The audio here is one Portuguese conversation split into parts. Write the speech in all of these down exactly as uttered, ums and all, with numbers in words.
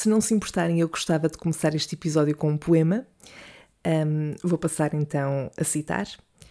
Se não se importarem, eu gostava de começar este episódio com um poema. Um, vou passar então a citar.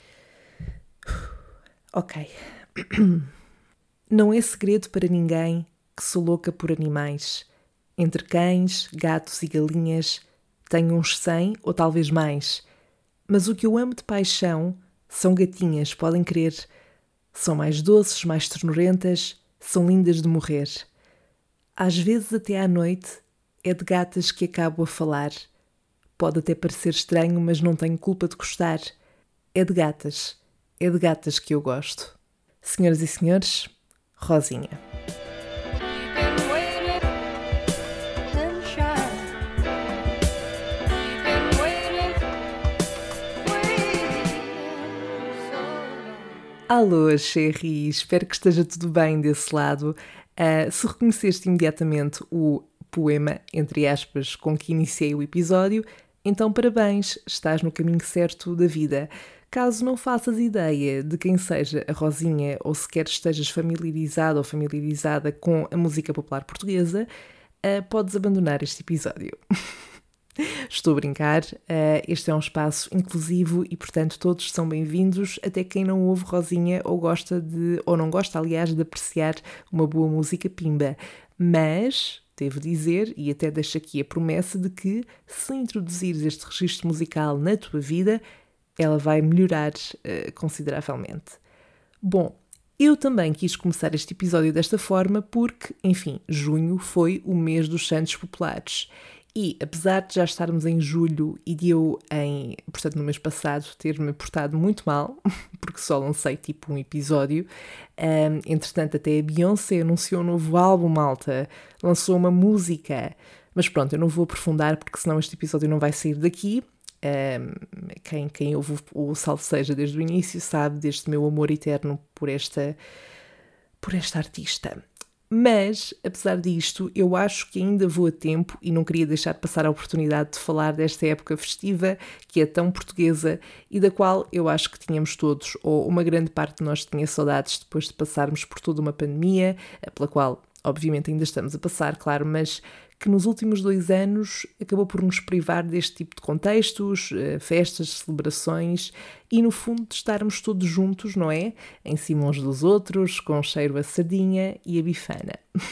Ok. Não é segredo para ninguém que sou louca por animais. Entre cães, gatos e galinhas, tenho uns cem ou talvez mais. Mas o que eu amo de paixão são gatinhas, podem crer. São mais doces, mais ternurentas, são lindas de morrer. Às vezes até à noite é de gatas que acabo a falar. Pode até parecer estranho, mas não tenho culpa de gostar. É de gatas, é de gatas que eu gosto. Senhoras e senhores, Rosinha. Alô, Sherry, espero que esteja tudo bem desse lado. Uh, se reconheceste imediatamente o poema, entre aspas, com que iniciei o episódio, então parabéns, estás no caminho certo da vida. Caso não faças ideia de quem seja a Rosinha ou sequer estejas familiarizado ou familiarizada com a música popular portuguesa, uh, podes abandonar este episódio. Estou a brincar, uh, este é um espaço inclusivo e, portanto, todos são bem-vindos, até quem não ouve Rosinha ou gosta de, ou não gosta, aliás, de apreciar uma boa música pimba. Mas, devo dizer, e até deixo aqui a promessa de que, se introduzires este registro musical na tua vida, ela vai melhorar uh, consideravelmente. Bom, eu também quis começar este episódio desta forma porque, enfim, junho foi o mês dos Santos Populares. E, apesar de já estarmos em julho e de eu, em, portanto, no mês passado, ter-me portado muito mal, porque só lancei tipo um episódio, um, entretanto até a Beyoncé anunciou um novo álbum, malta, lançou uma música, mas pronto, eu não vou aprofundar porque senão este episódio não vai sair daqui. Um, quem, quem ouve o Salve Seja desde o início sabe deste meu amor eterno por esta, por esta artista. Mas, apesar disto, eu acho que ainda vou a tempo e não queria deixar de passar a oportunidade de falar desta época festiva que é tão portuguesa e da qual eu acho que tínhamos todos, ou uma grande parte de nós tinha saudades depois de passarmos por toda uma pandemia, pela qual, obviamente, ainda estamos a passar, claro, mas que nos últimos dois anos acabou por nos privar deste tipo de contextos, festas, celebrações e, no fundo, de estarmos todos juntos, não é? Em cima uns dos outros, com cheiro a sardinha e a bifana.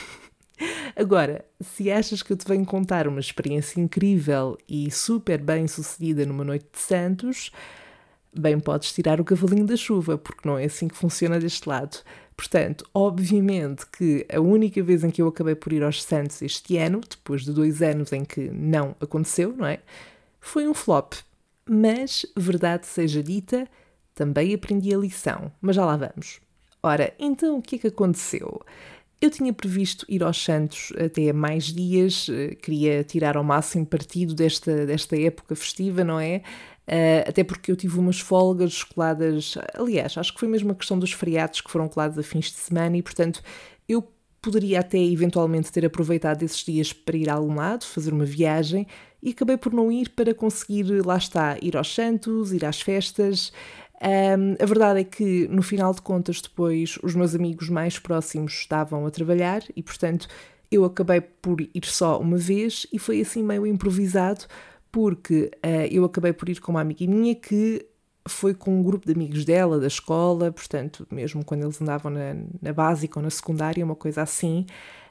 Agora, se achas que eu te venho contar uma experiência incrível e super bem sucedida numa noite de Santos, bem podes tirar o cavalinho da chuva, porque não é assim que funciona deste lado. Portanto, obviamente que a única vez em que eu acabei por ir aos Santos este ano, depois de dois anos em que não aconteceu, não é? Foi um flop. Mas, verdade seja dita, também aprendi a lição. Mas já lá vamos. Ora, então o que é que aconteceu? Eu tinha previsto ir aos Santos até mais dias, queria tirar ao máximo partido desta, desta época festiva, não é? Uh, até porque eu tive umas folgas coladas, aliás, acho que foi mesmo a questão dos feriados que foram colados a fins de semana e, portanto, eu poderia até eventualmente ter aproveitado esses dias para ir a algum lado, fazer uma viagem e acabei por não ir para conseguir, lá está, ir aos Santos, ir às festas. Um, a verdade é que, no final de contas, depois os meus amigos mais próximos estavam a trabalhar e, portanto, eu acabei por ir só uma vez e foi assim meio improvisado, porque uh, eu acabei por ir com uma amiga minha que foi com um grupo de amigos dela, da escola, portanto, mesmo quando eles andavam na, na básica ou na secundária, uma coisa assim.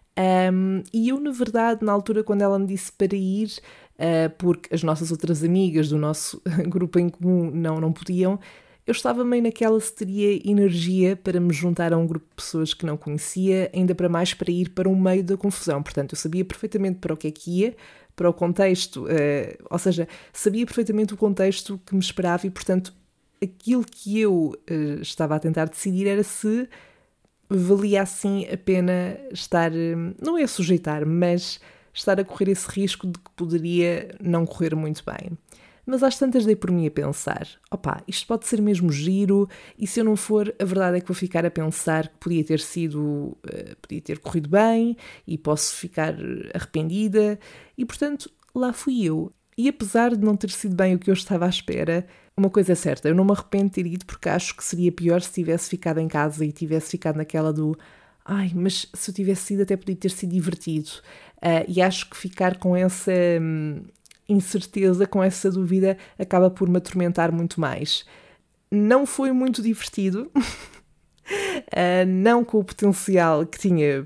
Um, e eu, na verdade, na altura, quando ela me disse para ir, uh, porque as nossas outras amigas do nosso grupo em comum não, não podiam, eu estava meio naquela se teria energia para me juntar a um grupo de pessoas que não conhecia, ainda para mais para ir para o meio da confusão. Portanto, eu sabia perfeitamente para o que é que ia, para o contexto, uh, ou seja, sabia perfeitamente o contexto que me esperava e, portanto, aquilo que eu uh, estava a tentar decidir era se valia assim a pena estar, uh, não é sujeitar, mas estar a correr esse risco de que poderia não correr muito bem. Mas às tantas dei por mim a pensar, opá, isto pode ser mesmo giro, e se eu não for, a verdade é que vou ficar a pensar que podia ter sido, uh, podia ter corrido bem, e posso ficar arrependida, e portanto, lá fui eu. E apesar de não ter sido bem o que eu estava à espera, uma coisa é certa, eu não me arrependo de ter ido porque acho que seria pior se tivesse ficado em casa e tivesse ficado naquela do ai, mas se eu tivesse sido até podia ter sido divertido. Uh, e acho que ficar com essa hum, incerteza, com essa dúvida, acaba por me atormentar muito mais. Não foi muito divertido, uh, não com o potencial que tinha.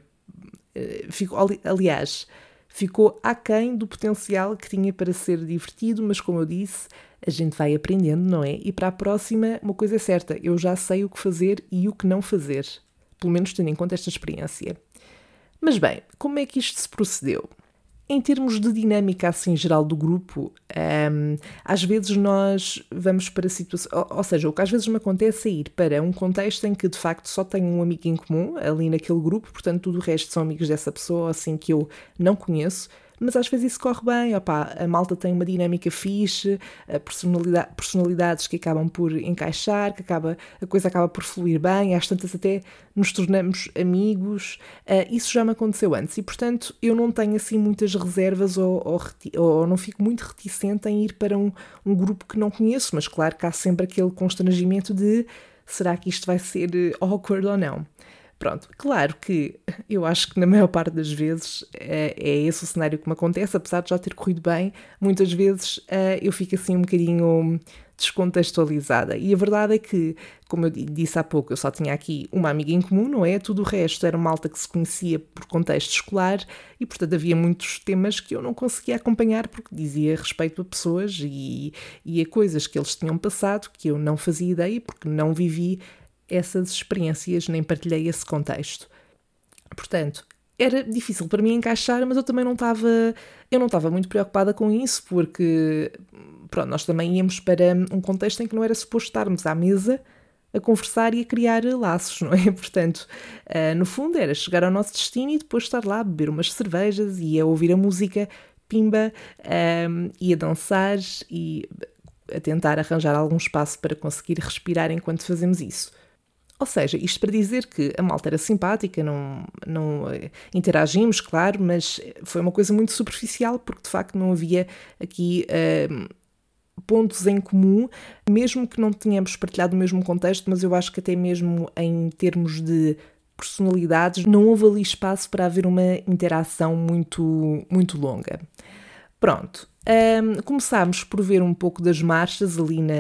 Uh, ficou, ali, aliás, ficou aquém do potencial que tinha para ser divertido, mas como eu disse, a gente vai aprendendo, não é? E para a próxima, uma coisa é certa, eu já sei o que fazer e o que não fazer. Pelo menos tendo em conta esta experiência. Mas bem, como é que isto se procedeu? Em termos de dinâmica assim geral do grupo, um, às vezes nós vamos para situações... Ou, ou seja, o que às vezes me acontece é ir para um contexto em que de facto só tenho um amigo em comum ali naquele grupo, portanto tudo o resto são amigos dessa pessoa, assim que eu não conheço, mas às vezes isso corre bem, opá, a malta tem uma dinâmica fixe, personalidade, personalidades que acabam por encaixar, que acaba, a coisa acaba por fluir bem, às tantas até nos tornamos amigos, uh, isso já me aconteceu antes e, portanto, eu não tenho assim muitas reservas ou, ou, ou não fico muito reticente em ir para um, um grupo que não conheço, mas claro que há sempre aquele constrangimento de será que isto vai ser awkward ou não? Pronto, claro que eu acho que na maior parte das vezes é, é esse o cenário que me acontece, apesar de já ter corrido bem, muitas vezes uh, eu fico assim um bocadinho descontextualizada. E a verdade é que, como eu disse há pouco, eu só tinha aqui uma amiga em comum, não é? Tudo o resto era malta que se conhecia por contexto escolar e, portanto, havia muitos temas que eu não conseguia acompanhar porque dizia respeito a pessoas e, e a coisas que eles tinham passado que eu não fazia ideia porque não vivi essas experiências, nem partilhei esse contexto. Portanto, era difícil para mim encaixar, mas eu também não estava, eu não estava muito preocupada com isso, porque pronto, nós também íamos para um contexto em que não era suposto estarmos à mesa a conversar e a criar laços, não é? Portanto, uh, no fundo era chegar ao nosso destino e depois estar lá a beber umas cervejas e a ouvir a música pimba um, e a dançar e a tentar arranjar algum espaço para conseguir respirar enquanto fazemos isso. Ou seja, isto para dizer que a malta era simpática, não, não interagimos, claro, mas foi uma coisa muito superficial, porque de facto não havia aqui uh, pontos em comum, mesmo que não tenhamos partilhado o mesmo contexto, mas eu acho que até mesmo em termos de personalidades não houve ali espaço para haver uma interação muito, muito longa. Pronto, um, começámos por ver um pouco das marchas ali na,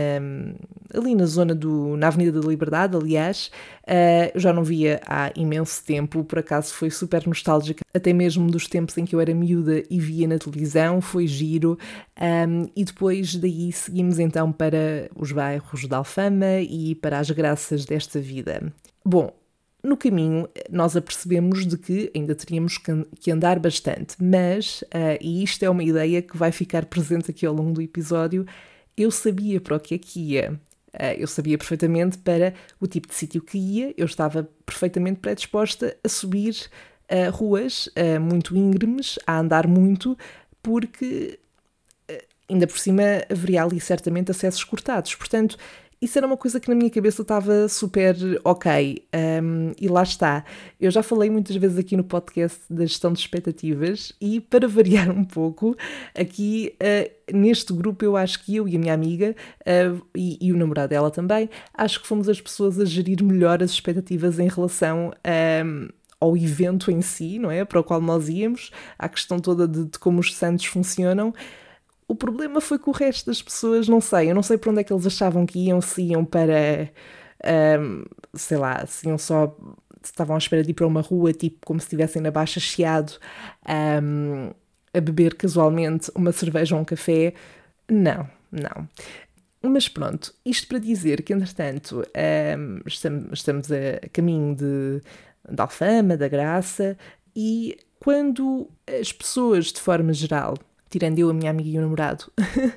ali na zona do, na Avenida da Liberdade, aliás, uh, eu já não via há imenso tempo, por acaso foi super nostálgica, até mesmo dos tempos em que eu era miúda e via na televisão, foi giro, um, e depois daí seguimos então para os bairros da Alfama e para as graças desta vida. Bom, no caminho, nós apercebemos de que ainda teríamos que andar bastante, mas, uh, e isto é uma ideia que vai ficar presente aqui ao longo do episódio, eu sabia para o que é que ia. Uh, eu sabia perfeitamente para o tipo de sítio que ia, eu estava perfeitamente predisposta a subir uh, ruas uh, muito íngremes, a andar muito, porque uh, ainda por cima haveria ali certamente acessos cortados. Portanto, isso era uma coisa que na minha cabeça estava super ok, um, e lá está. Eu já falei muitas vezes aqui no podcast da gestão de expectativas e, para variar um pouco, aqui uh, neste grupo eu acho que eu e a minha amiga uh, e, e o namorado dela também, acho que fomos as pessoas a gerir melhor as expectativas em relação um, ao evento em si, não é? Para o qual nós íamos, à questão toda de, de como os Santos funcionam. O problema foi que o resto das pessoas, não sei, eu não sei para onde é que eles achavam que iam, se iam para, um, sei lá, se iam só, se estavam à espera de ir para uma rua, tipo como se estivessem na Baixa Chiado, um, a beber casualmente uma cerveja ou um café. Não, não. Mas pronto, isto para dizer que, entretanto, um, estamos, estamos a caminho de, de Alfama, da Graça, e quando as pessoas, de forma geral, tirando eu, a minha amiga e o namorado,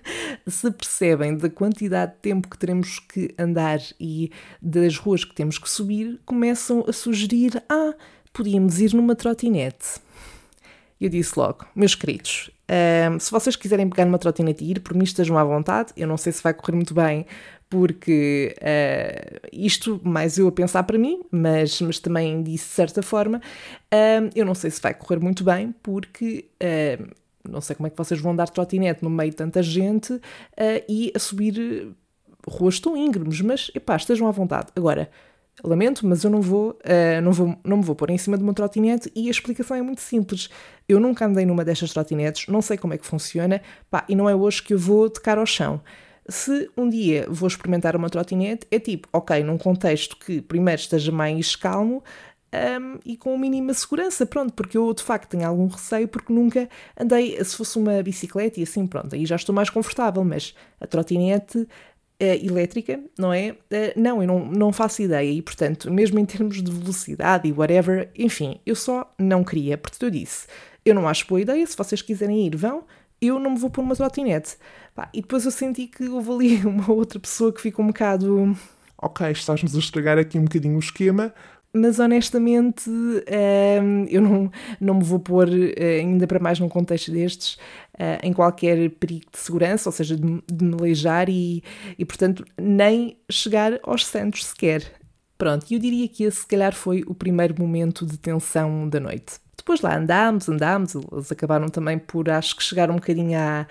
se percebem da quantidade de tempo que teremos que andar e das ruas que temos que subir, começam a sugerir, ah, podíamos ir numa trotinete. Eu disse logo, meus queridos, um, se vocês quiserem pegar numa trotinete e ir, por mim estejam à vontade, eu não sei se vai correr muito bem, porque uh, isto, mais eu a pensar para mim, mas, mas também disse de certa forma, uh, eu não sei se vai correr muito bem, porque... Uh, não sei como é que vocês vão dar trotinete no meio de tanta gente uh, e a subir ruas tão íngremes, mas epá, estejam à vontade. Agora, lamento, mas eu não vou, uh, não vou, não me vou pôr em cima de uma trotinete e a explicação é muito simples. Eu nunca andei numa destas trotinetes, não sei como é que funciona, pá, e não é hoje que eu vou de cara ao chão. Se um dia vou experimentar uma trotinete, é tipo, ok, num contexto que primeiro esteja mais calmo um, e com mínima segurança, pronto, porque eu de facto tenho algum receio porque nunca andei, se fosse uma bicicleta e assim, pronto, aí já estou mais confortável, mas a trotinete Uh, elétrica, não é? Uh, não, eu não, não faço ideia e, portanto, mesmo em termos de velocidade e whatever, enfim, eu só não queria. Portanto, eu disse, eu não acho boa ideia, se vocês quiserem ir, vão, eu não me vou pôr uma trotinete. Pá, e depois eu senti que houve ali uma outra pessoa que ficou um bocado... Ok, estás-nos a estragar aqui um bocadinho o esquema. Mas honestamente um, eu não, não me vou pôr, ainda para mais num contexto destes, uh, em qualquer perigo de segurança, ou seja, de, de me aleijar e, e, portanto, nem chegar aos Santos sequer. Pronto, e eu diria que esse, se calhar, foi o primeiro momento de tensão da noite. Depois lá andámos, andámos, eles acabaram também por, acho que chegar um bocadinho à,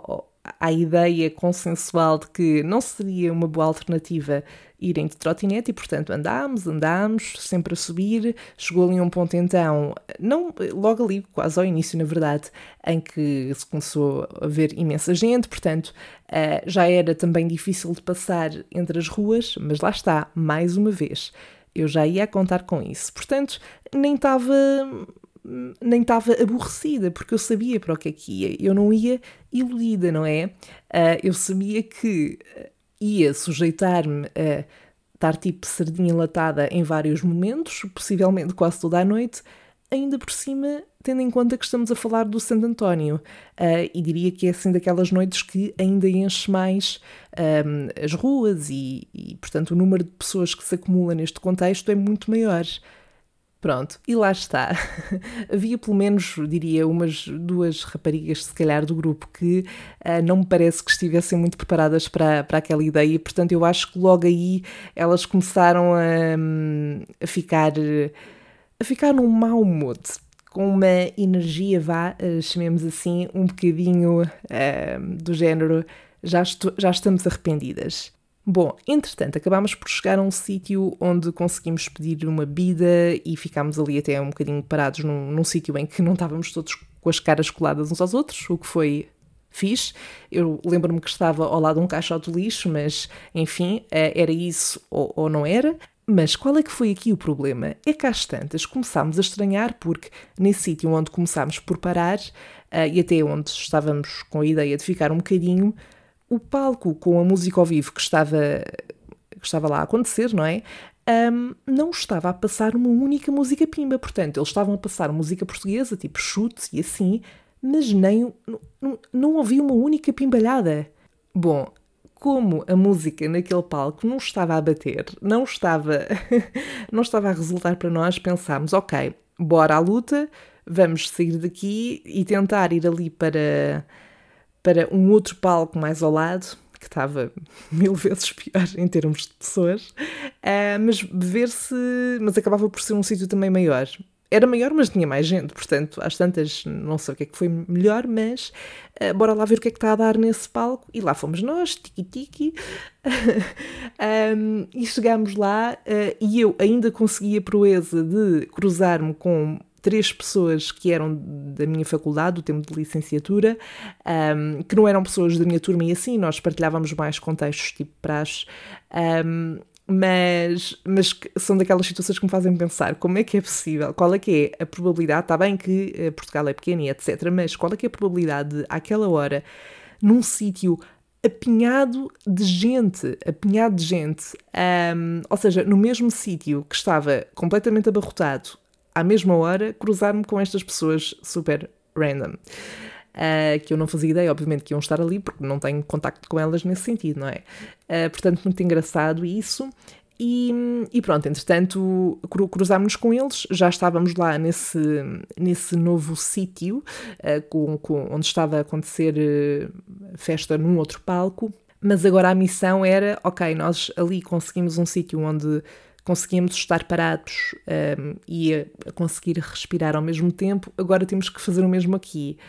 à ideia consensual de que não seria uma boa alternativa irem de trotinete e, portanto, andámos, andámos, sempre a subir. Chegou ali um ponto, então, não, logo ali, quase ao início, na verdade, em que se começou a ver imensa gente, portanto, uh, já era também difícil de passar entre as ruas, mas lá está, mais uma vez, eu já ia a contar com isso. Portanto, nem estava... nem estava aborrecida, porque eu sabia para o que é que ia. Eu não ia iludida, não é? Uh, eu sabia que ia sujeitar-me a estar tipo sardinha enlatada em vários momentos, possivelmente quase toda a noite, ainda por cima, tendo em conta que estamos a falar do Santo António. Uh, e diria que é assim daquelas noites que ainda enche mais um, as ruas e, e, portanto, o número de pessoas que se acumula neste contexto é muito maior. Pronto, e lá está. Havia pelo menos, diria, umas duas raparigas, se calhar, do grupo que uh, não me parece que estivessem muito preparadas para, para aquela ideia e, portanto, eu acho que logo aí elas começaram a, a, ficar, a ficar num mau mood, com uma energia, vá, uh, chamemos assim, um bocadinho uh, do género, já, estou, já estamos arrependidas. Bom, entretanto, acabámos por chegar a um sítio onde conseguimos pedir uma bebida e ficámos ali até um bocadinho parados num, num sítio em que não estávamos todos com as caras coladas uns aos outros, o que foi fixe. Eu lembro-me que estava ao lado de um caixote de lixo, mas, enfim, era isso ou, ou não era. Mas qual é que foi aqui o problema? É que às tantas começámos a estranhar porque nesse sítio onde começámos por parar uh, e até onde estávamos com a ideia de ficar um bocadinho, o palco com a música ao vivo que estava, que estava lá a acontecer, não é? Um, não estava a passar uma única música pimba. Portanto, eles estavam a passar música portuguesa, tipo chutes e assim, mas nem, não, não havia uma única pimbalhada. Bom, como a música naquele palco não estava a bater, não estava, não estava a resultar para nós, pensámos, ok, bora à luta, vamos sair daqui e tentar ir ali para... para um outro palco mais ao lado, que estava mil vezes pior em termos de pessoas, uh, mas ver se... mas acabava por ser um sítio também maior. Era maior, mas tinha mais gente, portanto, às tantas, não sei o que é que foi melhor, mas uh, bora lá ver o que é que está a dar nesse palco. E lá fomos nós, tiki-tiki, um, e chegámos lá, uh, e eu ainda consegui a proeza de cruzar-me com três pessoas que eram da minha faculdade, do tempo de licenciatura, um, que não eram pessoas da minha turma e assim, nós partilhávamos mais contextos tipo praxe, um, mas, mas são daquelas situações que me fazem pensar como é que é possível, qual é que é a probabilidade, está bem que uh, Portugal é pequeno e etcétera, mas qual é que é a probabilidade de, àquela hora, num sítio apinhado de gente, apinhado de gente, um, ou seja, no mesmo sítio que estava completamente abarrotado, à mesma hora, cruzar-me com estas pessoas super random. Uh, que eu não fazia ideia, obviamente, que iam estar ali, porque não tenho contacto com elas nesse sentido, não é? Uh, portanto, muito engraçado isso. E, e pronto, entretanto, cruzámos-nos com eles, já estávamos lá nesse, nesse novo sítio, uh, com, com, onde estava a acontecer uh, festa num outro palco, mas agora a missão era, ok, nós ali conseguimos um sítio onde conseguíamos estar parados um, e a conseguir respirar ao mesmo tempo, agora temos que fazer o mesmo aqui.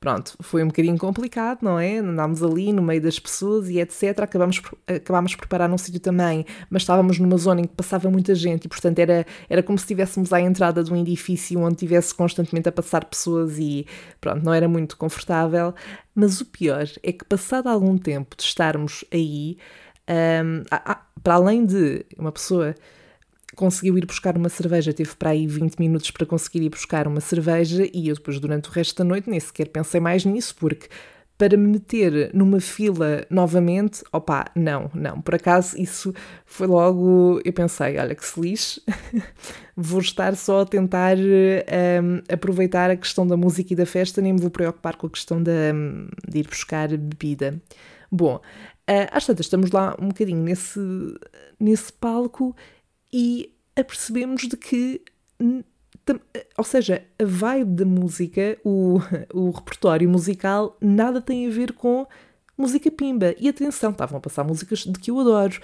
Pronto, foi um bocadinho complicado, não é? Andámos ali no meio das pessoas e etcétera. Acabámos, acabámos por parar num sítio também, mas estávamos numa zona em que passava muita gente e, portanto, era, era como se estivéssemos à entrada de um edifício onde tivesse constantemente a passar pessoas e, pronto, não era muito confortável. Mas o pior é que, passado algum tempo de estarmos aí, um, para além de uma pessoa conseguiu ir buscar uma cerveja, teve para aí vinte minutos para conseguir ir buscar uma cerveja e eu depois durante o resto da noite nem sequer pensei mais nisso, porque para me meter numa fila novamente, opá, não, não, por acaso isso foi logo, eu pensei, olha que se lixe, vou estar só a tentar um, aproveitar a questão da música e da festa, nem me vou preocupar com a questão de, de ir buscar bebida. Bom, uh, às tantas estamos lá um bocadinho nesse, nesse palco e apercebemos de que, ou seja, a vibe da música, o, o repertório musical, nada tem a ver com música pimba. E atenção, estavam a passar músicas de que eu adoro.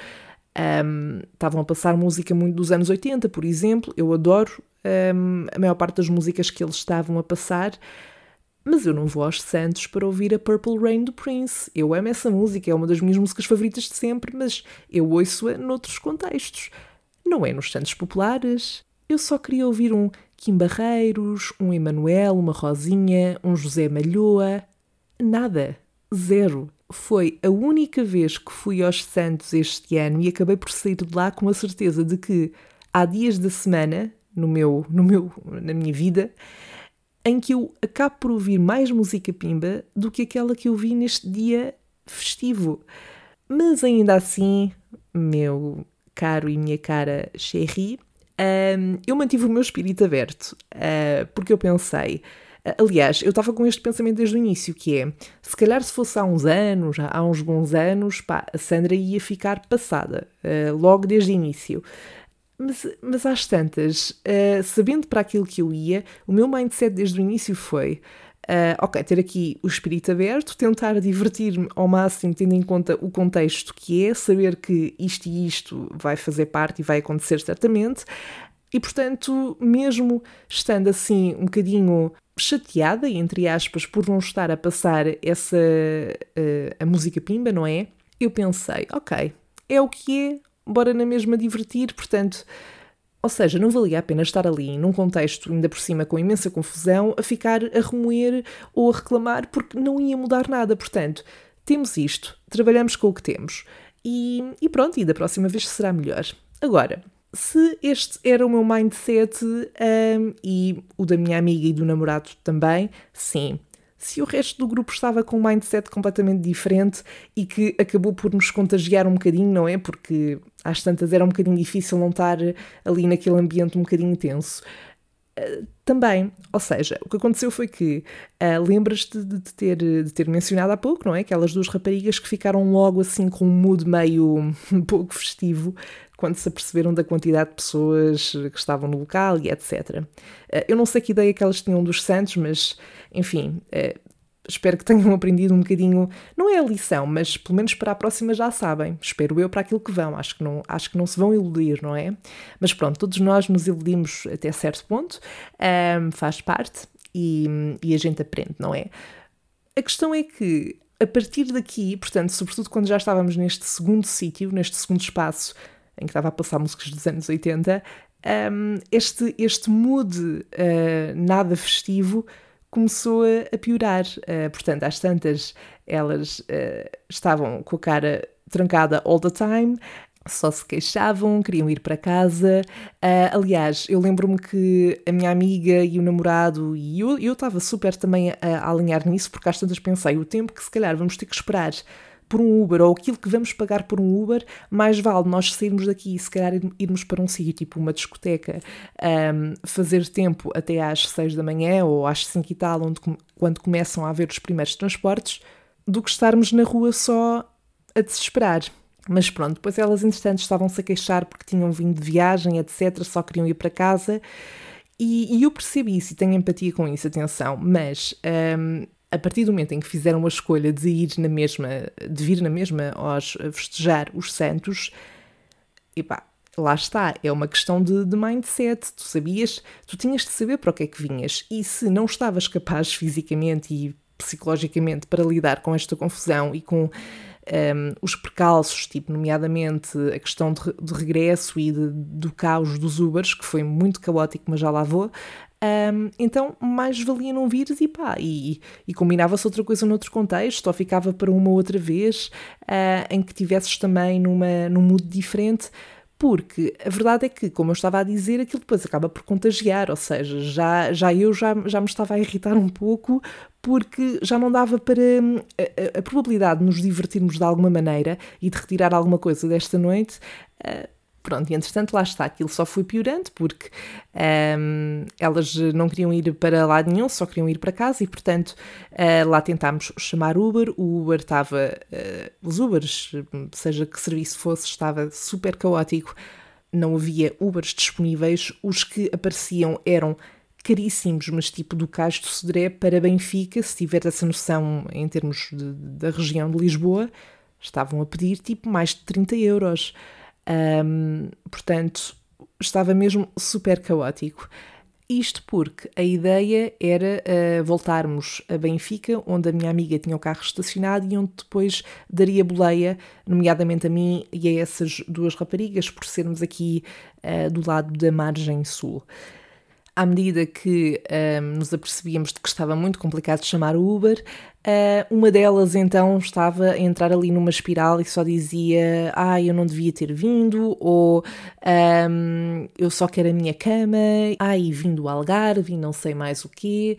Um, estavam a passar música muito dos anos oitenta, por exemplo. Eu adoro um, a maior parte das músicas que eles estavam a passar. Mas eu não vou aos Santos para ouvir a Purple Rain do Prince. Eu amo essa música, é uma das minhas músicas favoritas de sempre, mas eu ouço-a noutros contextos. Não é nos Santos populares. Eu só queria ouvir um Kim Barreiros, um Emanuel, uma Rosinha, um José Malhoa. Nada. Zero. Foi a única vez que fui aos Santos este ano e acabei por sair de lá com a certeza de que há dias da semana, no meu, no meu, na minha vida, em que eu acabo por ouvir mais música pimba do que aquela que eu vi neste dia festivo. Mas ainda assim, meu caro e minha cara Chéri, um, eu mantive o meu espírito aberto, uh, porque eu pensei, uh, aliás, eu estava com este pensamento desde o início, que é, se calhar se fosse há uns anos, há uns bons anos, pá, a Sandra ia ficar passada, uh, logo desde o início. Mas, mas às tantas, uh, sabendo para aquilo que eu ia, o meu mindset desde o início foi, Uh, ok, ter aqui o espírito aberto, tentar divertir-me ao máximo, tendo em conta o contexto que é, saber que isto e isto vai fazer parte e vai acontecer certamente, e portanto, mesmo estando assim um bocadinho chateada, entre aspas, por não estar a passar essa, uh, a música pimba, não é? Eu pensei, ok, é o que é, bora na mesma divertir, portanto... Ou seja, não valia a pena estar ali, num contexto ainda por cima com imensa confusão, a ficar a remoer ou a reclamar porque não ia mudar nada. Portanto, temos isto, trabalhamos com o que temos e, e pronto, e da próxima vez será melhor. Agora, se este era o meu mindset um, e o da minha amiga e do namorado também, sim. Se o resto do grupo estava com um mindset completamente diferente e que acabou por nos contagiar um bocadinho, não é? Porque às tantas era um bocadinho difícil não estar ali naquele ambiente um bocadinho tenso. Uh, também, ou seja, o que aconteceu foi que uh, lembras-te de, de, ter, de ter mencionado há pouco, não é? Aquelas duas raparigas que ficaram logo assim com um mood meio um pouco festivo quando se aperceberam da quantidade de pessoas que estavam no local e etcétera. Uh, eu não sei que ideia que elas tinham dos Santos, mas, enfim, uh, espero que tenham aprendido um bocadinho, não é a lição, mas pelo menos para a próxima já sabem. Espero eu para aquilo que vão, acho que não, acho que não se vão iludir, não é? Mas pronto, todos nós nos iludimos até certo ponto, um, faz parte e, e a gente aprende, não é? A questão é que, a partir daqui, portanto, sobretudo quando já estávamos neste segundo sítio, neste segundo espaço, em que estava a passar músicas dos anos oitenta, um, este, este mood uh, nada festivo começou a, a piorar. Uh, portanto, às tantas, elas uh, estavam com a cara trancada all the time, só se queixavam, queriam ir para casa. Uh, aliás, eu lembro-me que a minha amiga e o namorado, e eu, eu estava super também a, a alinhar nisso, porque às tantas pensei, o tempo que se calhar vamos ter que esperar por um Uber, ou aquilo que vamos pagar por um Uber, mais vale nós sairmos daqui e se calhar irmos para um sítio, tipo uma discoteca, um, fazer tempo até às seis da manhã ou às cinco e tal, onde, quando começam a haver os primeiros transportes, do que estarmos na rua só a desesperar. Mas pronto, depois elas entretanto estavam-se a queixar porque tinham vindo de viagem, etcétera, só queriam ir para casa, e, e eu percebi isso e tenho empatia com isso, atenção, mas... Um, a partir do momento em que fizeram a escolha de ir na mesma, de vir na mesma aos festejar os Santos, epá, lá está, é uma questão de, de mindset. Tu sabias, tu tinhas de saber para o que é que vinhas, e se não estavas capaz fisicamente e psicologicamente para lidar com esta confusão e com um, os percalços, tipo, nomeadamente a questão de, de regresso e de, do caos dos Ubers, que foi muito caótico, mas já lá vou. Um, então, mais valia não vires e pá, e, e combinava-se outra coisa noutro contexto, ou ficava para uma outra vez, uh, em que tivesses também numa, num mood diferente, porque a verdade é que, como eu estava a dizer, aquilo depois acaba por contagiar, ou seja, já, já eu já, já me estava a irritar um pouco, porque já não dava para a, a, a probabilidade de nos divertirmos de alguma maneira e de retirar alguma coisa desta noite. Uh, Pronto, e entretanto lá está, aquilo só foi piorando porque um, elas não queriam ir para lado nenhum, só queriam ir para casa e portanto uh, lá tentámos chamar Uber, o Uber estava, uh, os Ubers, seja que serviço fosse, estava super caótico, não havia Ubers disponíveis, os que apareciam eram caríssimos, mas tipo do Cais do Sodré para Benfica, se tiver essa noção em termos de, da região de Lisboa, estavam a pedir tipo mais de trinta euros. Um, portanto, estava mesmo super caótico. Isto porque a ideia era uh, voltarmos a Benfica, onde a minha amiga tinha o carro estacionado e onde depois daria boleia, nomeadamente a mim e a essas duas raparigas, por sermos aqui uh, do lado da margem sul. À medida que um, nos apercebíamos de que estava muito complicado de chamar o Uber, uh, uma delas então estava a entrar ali numa espiral e só dizia ah, eu não devia ter vindo, ou um, eu só quero a minha cama, ai, vim do Algarve e não sei mais o quê,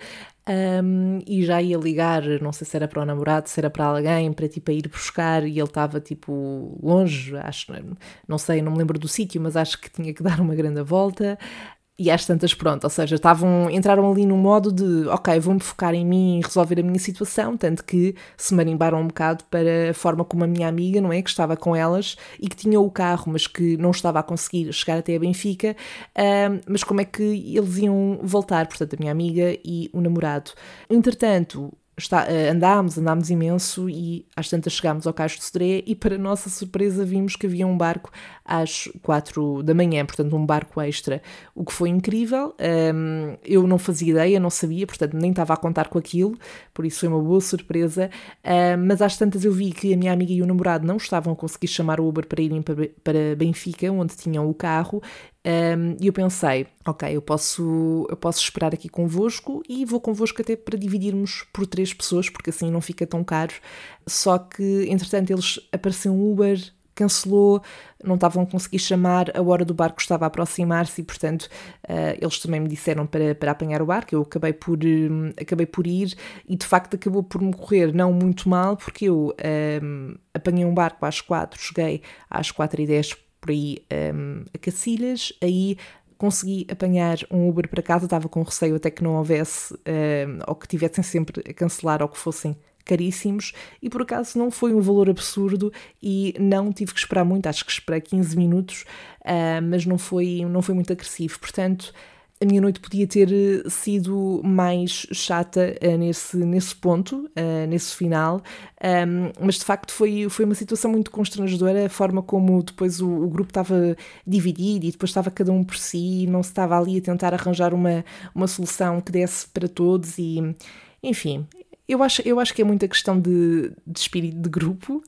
um, e já ia ligar, não sei se era para o namorado, se era para alguém, para tipo a ir buscar, e ele estava tipo longe, acho, não sei, não me lembro do sítio, mas acho que tinha que dar uma grande volta. E às tantas, pronto, ou seja, estavam, entraram ali num modo de, ok, vou-me focar em mim e resolver a minha situação, tanto que se marimbaram um bocado para a forma como a minha amiga, não é, que estava com elas e que tinha o carro, mas que não estava a conseguir chegar até a Benfica, uh, mas como é que eles iam voltar, portanto, a minha amiga e o namorado. Entretanto, Está, andámos, andámos imenso e às tantas chegámos ao Cais do Sodré e para nossa surpresa vimos que havia um barco às quatro da manhã, portanto um barco extra, o que foi incrível. Um, eu não fazia ideia, não sabia, portanto nem estava a contar com aquilo, por isso foi uma boa surpresa, um, mas às tantas eu vi que a minha amiga e o namorado não estavam a conseguir chamar o Uber para irem para, para Benfica, onde tinham o carro. Um, e eu pensei, ok, eu posso, eu posso esperar aqui convosco e vou convosco até para dividirmos por três pessoas, porque assim não fica tão caro. Só que, entretanto, eles apareceu um Uber, cancelou, não estavam a conseguir chamar, a hora do barco estava a aproximar-se e, portanto, uh, eles também me disseram para, para apanhar o barco. Eu acabei por, um, acabei por ir e, de facto, acabou por me correr não muito mal, porque eu um, apanhei um barco às quatro, cheguei às quatro e dez por aí um, a Cacilhas, aí consegui apanhar um Uber para casa, estava com receio até que não houvesse, um, ou que tivessem sempre a cancelar ou que fossem caríssimos, e por acaso não foi um valor absurdo e não tive que esperar muito, acho que esperei quinze minutos, uh, mas não foi, não foi muito agressivo, portanto a minha noite podia ter sido mais chata uh, nesse, nesse ponto, uh, nesse final, um, mas de facto foi, foi uma situação muito constrangedora, a forma como depois o, o grupo estava dividido e depois estava cada um por si, não se estava ali a tentar arranjar uma, uma solução que desse para todos e, enfim... Eu acho, eu acho que é muita questão de, de espírito de grupo,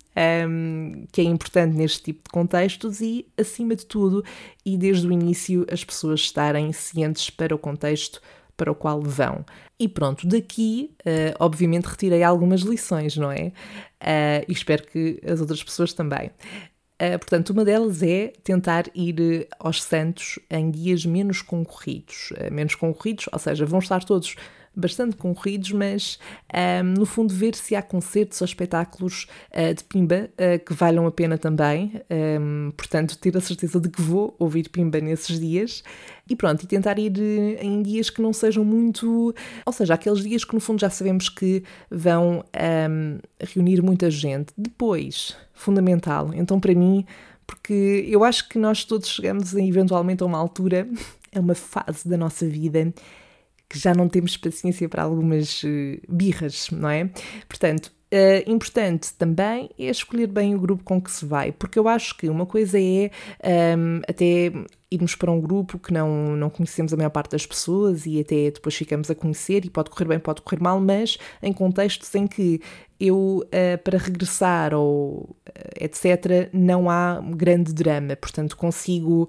um, que é importante neste tipo de contextos e, acima de tudo, e desde o início, as pessoas estarem cientes para o contexto para o qual vão. E pronto, daqui, uh, obviamente, retirei algumas lições, não é? Uh, e espero que as outras pessoas também. Uh, portanto, uma delas é tentar ir aos Santos em dias menos concorridos. Uh, menos concorridos, ou seja, vão estar todos bastante concorridos, mas um, no fundo ver se há concertos ou espetáculos uh, de Pimba uh, que valham a pena também, um, portanto ter a certeza de que vou ouvir Pimba nesses dias e pronto, e tentar ir em dias que não sejam muito, ou seja, aqueles dias que no fundo já sabemos que vão um, reunir muita gente. Depois, fundamental, então para mim, porque eu acho que nós todos chegamos eventualmente a uma altura, é uma fase da nossa vida que já não temos paciência para algumas uh, birras, não é? Portanto, uh, importante também é escolher bem o grupo com que se vai, porque eu acho que uma coisa é um, até irmos para um grupo que não, não conhecemos a maior parte das pessoas e até depois ficamos a conhecer e pode correr bem, pode correr mal, mas em contextos em que eu, uh, para regressar ou uh, etcétera, não há grande drama, portanto consigo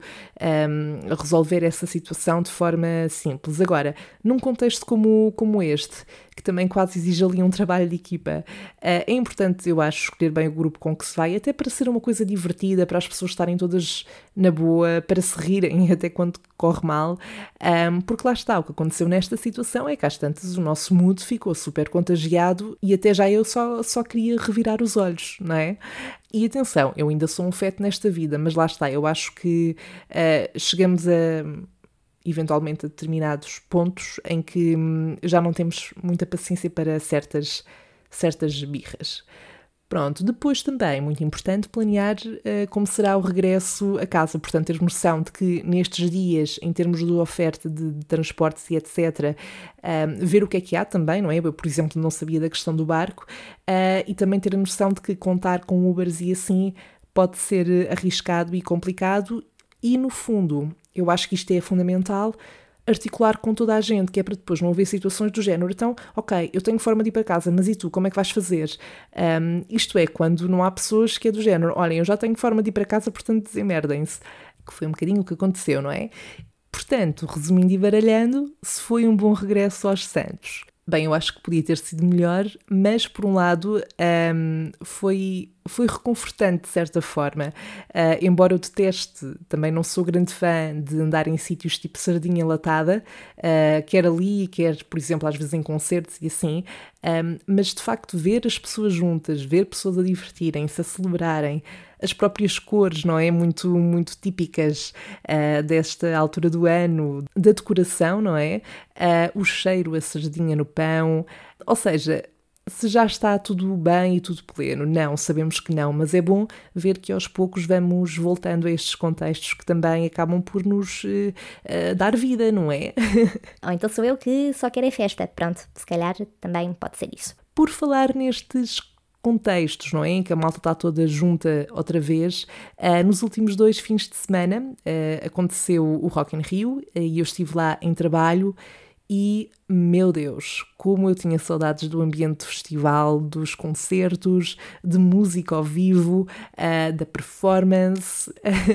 um, resolver essa situação de forma simples. Agora, num contexto como, como este, que também quase exige ali um trabalho de equipa, uh, é importante, eu acho, escolher bem o grupo com que se vai, até para ser uma coisa divertida, para as pessoas estarem todas na boa, para se rirem até quando corre mal, um, porque lá está, o que aconteceu nesta situação é que às tantas o nosso mood ficou super contagiado e até já eu só, só queria revirar os olhos, não é? E atenção, eu ainda sou um feto nesta vida, mas lá está, eu acho que uh, chegamos a, eventualmente, a determinados pontos em que hum, já não temos muita paciência para certas, certas birras. Pronto, depois também, muito importante, planear uh, como será o regresso a casa, portanto ter noção de que nestes dias, em termos de oferta de, de transportes e etcétera, uh, ver o que é que há também, não é? Eu, por exemplo, não sabia da questão do barco, uh, e também ter a noção de que contar com Ubers e assim pode ser arriscado e complicado e, no fundo, eu acho que isto é fundamental, articular com toda a gente, que é para depois não haver situações do género. Então, ok, eu tenho forma de ir para casa, mas e tu, como é que vais fazer? Um, isto é, quando não há pessoas que é do género, olhem, eu já tenho forma de ir para casa, portanto desemerdem-se. Que foi um bocadinho o que aconteceu, não é? Portanto, resumindo e baralhando, se foi um bom regresso aos Santos. Bem, eu acho que podia ter sido melhor, mas por um lado um, foi, foi reconfortante de certa forma. Uh, embora eu deteste, também não sou grande fã de andar em sítios tipo sardinha enlatada, uh, quer ali, quer, por exemplo, às vezes em concertos e assim, um, mas de facto ver as pessoas juntas, ver pessoas a divertirem-se, a celebrarem, as próprias cores, não é? Muito, muito típicas uh, desta altura do ano, da decoração, não é? Uh, o cheiro, a sardinha no pão, ou seja, se já está tudo bem e tudo pleno. Não, sabemos que não, mas é bom ver que aos poucos vamos voltando a estes contextos que também acabam por nos uh, uh, dar vida, não é? Ou então sou eu que só quero é festa. Pronto, se calhar também pode ser isso. Por falar nestes contextos, não é? Em que a malta está toda junta outra vez. Uh, nos últimos dois fins de semana uh, aconteceu o Rock in Rio uh, e eu estive lá em trabalho e, meu Deus, como eu tinha saudades do ambiente do festival, dos concertos, de música ao vivo, uh, da performance,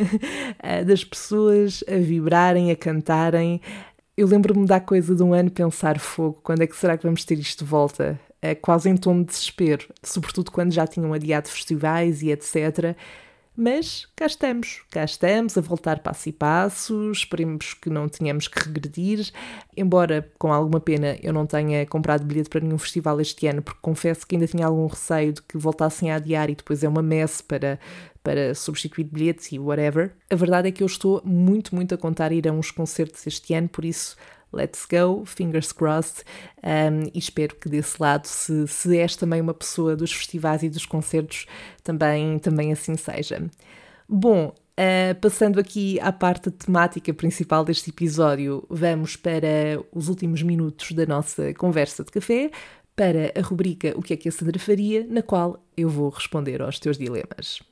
uh, das pessoas a vibrarem, a cantarem. Eu lembro-me da coisa de um ano pensar, fogo, quando é que será que vamos ter isto de volta? Uh, quase em tom de desespero, sobretudo quando já tinham adiado festivais e etcétera. Mas cá estamos, cá estamos a voltar passo e passo, esperemos que não tenhamos que regredir, embora com alguma pena eu não tenha comprado bilhete para nenhum festival este ano, porque confesso que ainda tinha algum receio de que voltassem a adiar e depois é uma messe para, para substituir bilhetes e whatever. A verdade é que eu estou muito, muito a contar ir a uns concertos este ano, por isso let's go, fingers crossed, um, e espero que desse lado, se, se és também uma pessoa dos festivais e dos concertos, também, também assim seja. Bom, uh, passando aqui à parte temática principal deste episódio, vamos para os últimos minutos da nossa conversa de café, para a rubrica O que é que a Sandra faria, na qual eu vou responder aos teus dilemas.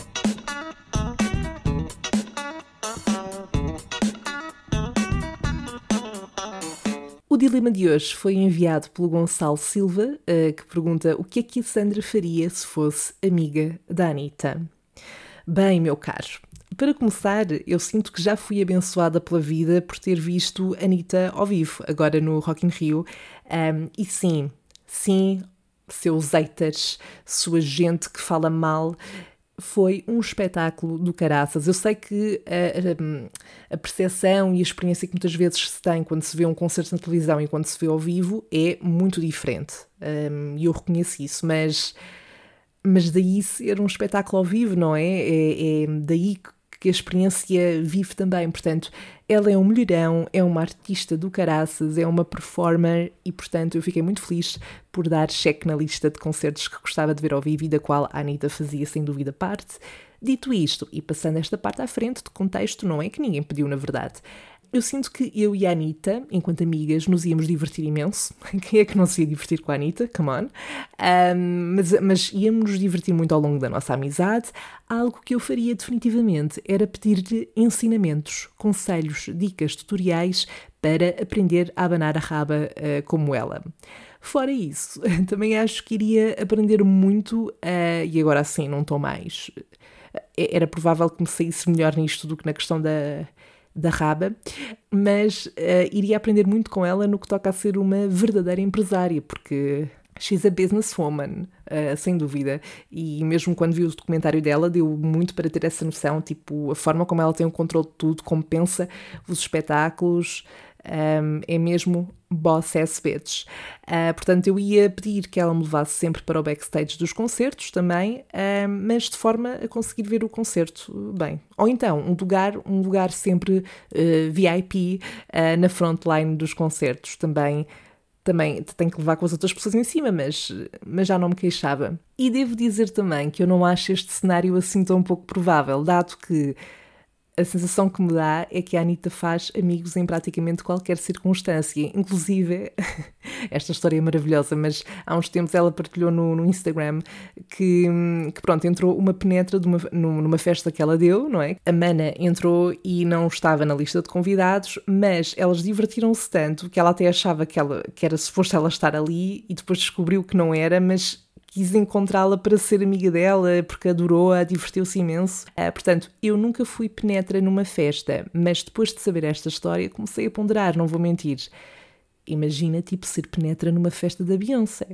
O dilema de hoje foi enviado pelo Gonçalo Silva, uh, que pergunta o que é que a Sandra faria se fosse amiga da Anitta. Bem, meu caro, para começar, eu sinto que já fui abençoada pela vida por ter visto Anitta ao vivo, agora no Rock in Rio, um, e sim, sim, seus haters, sua gente que fala mal, foi um espetáculo do caraças. Eu sei que a, a, a percepção e a experiência que muitas vezes se tem quando se vê um concerto na televisão e quando se vê ao vivo é muito diferente. Um, e eu reconheço isso, mas, mas daí ser um espetáculo ao vivo, não é? É, é daí que que a experiência vive também. Portanto, ela é um mulherão, é uma artista do caraças, é uma performer e, portanto, eu fiquei muito feliz por dar cheque na lista de concertos que gostava de ver ao vivo e da qual a Anitta fazia, sem dúvida, parte. Dito isto, e passando esta parte à frente, de contexto, não é que ninguém pediu, na verdade. Eu sinto que eu e a Anitta, enquanto amigas, nos íamos divertir imenso. Quem é que não se ia divertir com a Anitta? Come on. Um, mas, mas íamos nos divertir muito ao longo da nossa amizade. Algo que eu faria definitivamente era pedir-lhe ensinamentos, conselhos, dicas, tutoriais para aprender a abanar a raba uh, como ela. Fora isso, também acho que iria aprender muito, uh, e agora assim não estou mais... Era provável que me saísse melhor nisto do que na questão da... da raba, mas uh, iria aprender muito com ela no que toca a ser uma verdadeira empresária, porque she's a businesswoman, uh, sem dúvida, e mesmo quando vi o documentário dela, deu muito para ter essa noção, tipo, a forma como ela tem o controle de tudo, como pensa os espetáculos, um, é mesmo boss ass bitch. Uh, portanto, eu ia pedir que ela me levasse sempre para o backstage dos concertos também, uh, mas de forma a conseguir ver o concerto bem. Ou então, um lugar, um lugar sempre uh, V I P uh, na frontline dos concertos também. Também tenho que levar com as outras pessoas em cima, mas, mas já não me queixava. E devo dizer também que eu não acho este cenário assim tão pouco provável, dado que a sensação que me dá é que a Anitta faz amigos em praticamente qualquer circunstância. Inclusive, esta história é maravilhosa, mas há uns tempos ela partilhou no, no Instagram que, que, pronto, entrou uma penetra de uma, numa festa que ela deu, não é? A Mana entrou e não estava na lista de convidados, mas elas divertiram-se tanto que ela até achava que, ela, que era suposto ela estar ali e depois descobriu que não era, mas quis encontrá-la para ser amiga dela, porque adorou-a, divertiu-se imenso. Uh, portanto, eu nunca fui penetra numa festa, mas depois de saber esta história, comecei a ponderar, não vou mentir. Imagina, tipo, ser penetra numa festa da Beyoncé.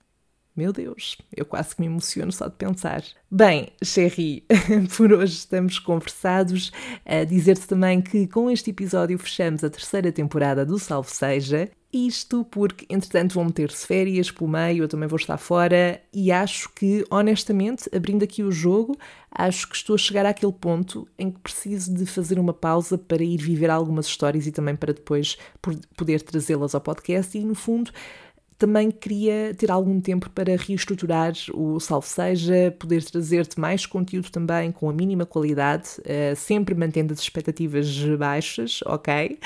Meu Deus, eu quase que me emociono só de pensar. Bem, Chérie, por hoje estamos conversados. A dizer-te também que com este episódio fechamos a terceira temporada do Salve Seja. Isto porque, entretanto, vão meter-se férias pelo meio, eu também vou estar fora e acho que, honestamente, abrindo aqui o jogo, acho que estou a chegar àquele ponto em que preciso de fazer uma pausa para ir viver algumas histórias e também para depois poder trazê-las ao podcast e, no fundo, também queria ter algum tempo para reestruturar o Salve Seja, poder trazer-te mais conteúdo também com a mínima qualidade, uh, sempre mantendo as expectativas baixas, ok?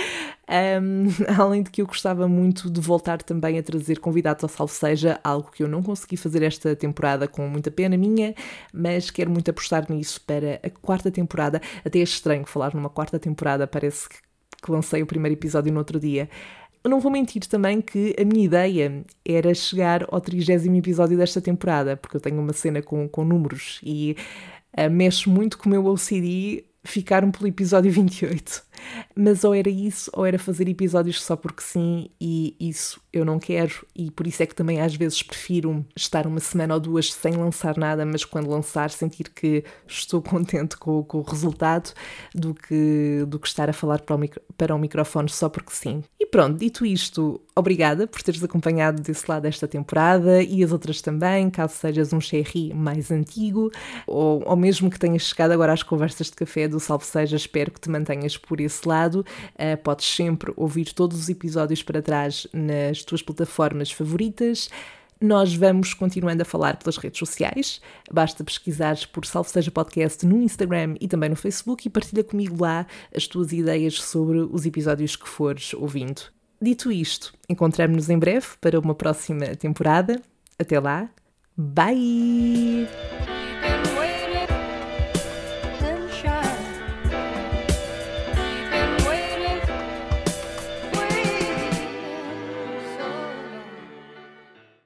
Um, além de que eu gostava muito de voltar também a trazer convidados ao Salve Seja, algo que eu não consegui fazer esta temporada com muita pena minha, mas quero muito apostar nisso para a quarta temporada. Até é estranho falar numa quarta temporada, parece que, que lancei o primeiro episódio no outro dia. Eu não vou mentir também que a minha ideia era chegar ao trigésimo episódio desta temporada, porque eu tenho uma cena com, com números e uh, mexe muito com o meu O C D ficar-me pelo episódio vinte e oito. Mas ou era isso, ou era fazer episódios só porque sim, e isso eu não quero, e por isso é que também às vezes prefiro estar uma semana ou duas sem lançar nada, mas quando lançar sentir que estou contente com, com o resultado, do que, do que estar a falar para o, micro, para o microfone só porque sim. E pronto, dito isto, obrigada por teres acompanhado desse lado esta temporada e as outras também, caso sejas um Chérie mais antigo, ou, ou mesmo que tenhas chegado agora às conversas de café do Salve Seja, espero que te mantenhas por esse lado. Uh, podes sempre ouvir todos os episódios para trás nas tuas plataformas favoritas. Nós vamos continuando a falar pelas redes sociais. Basta pesquisares por Salve Seja Podcast no Instagram e também no Facebook e partilha comigo lá as tuas ideias sobre os episódios que fores ouvindo. Dito isto, encontramos-nos em breve para uma próxima temporada. Até lá. Bye!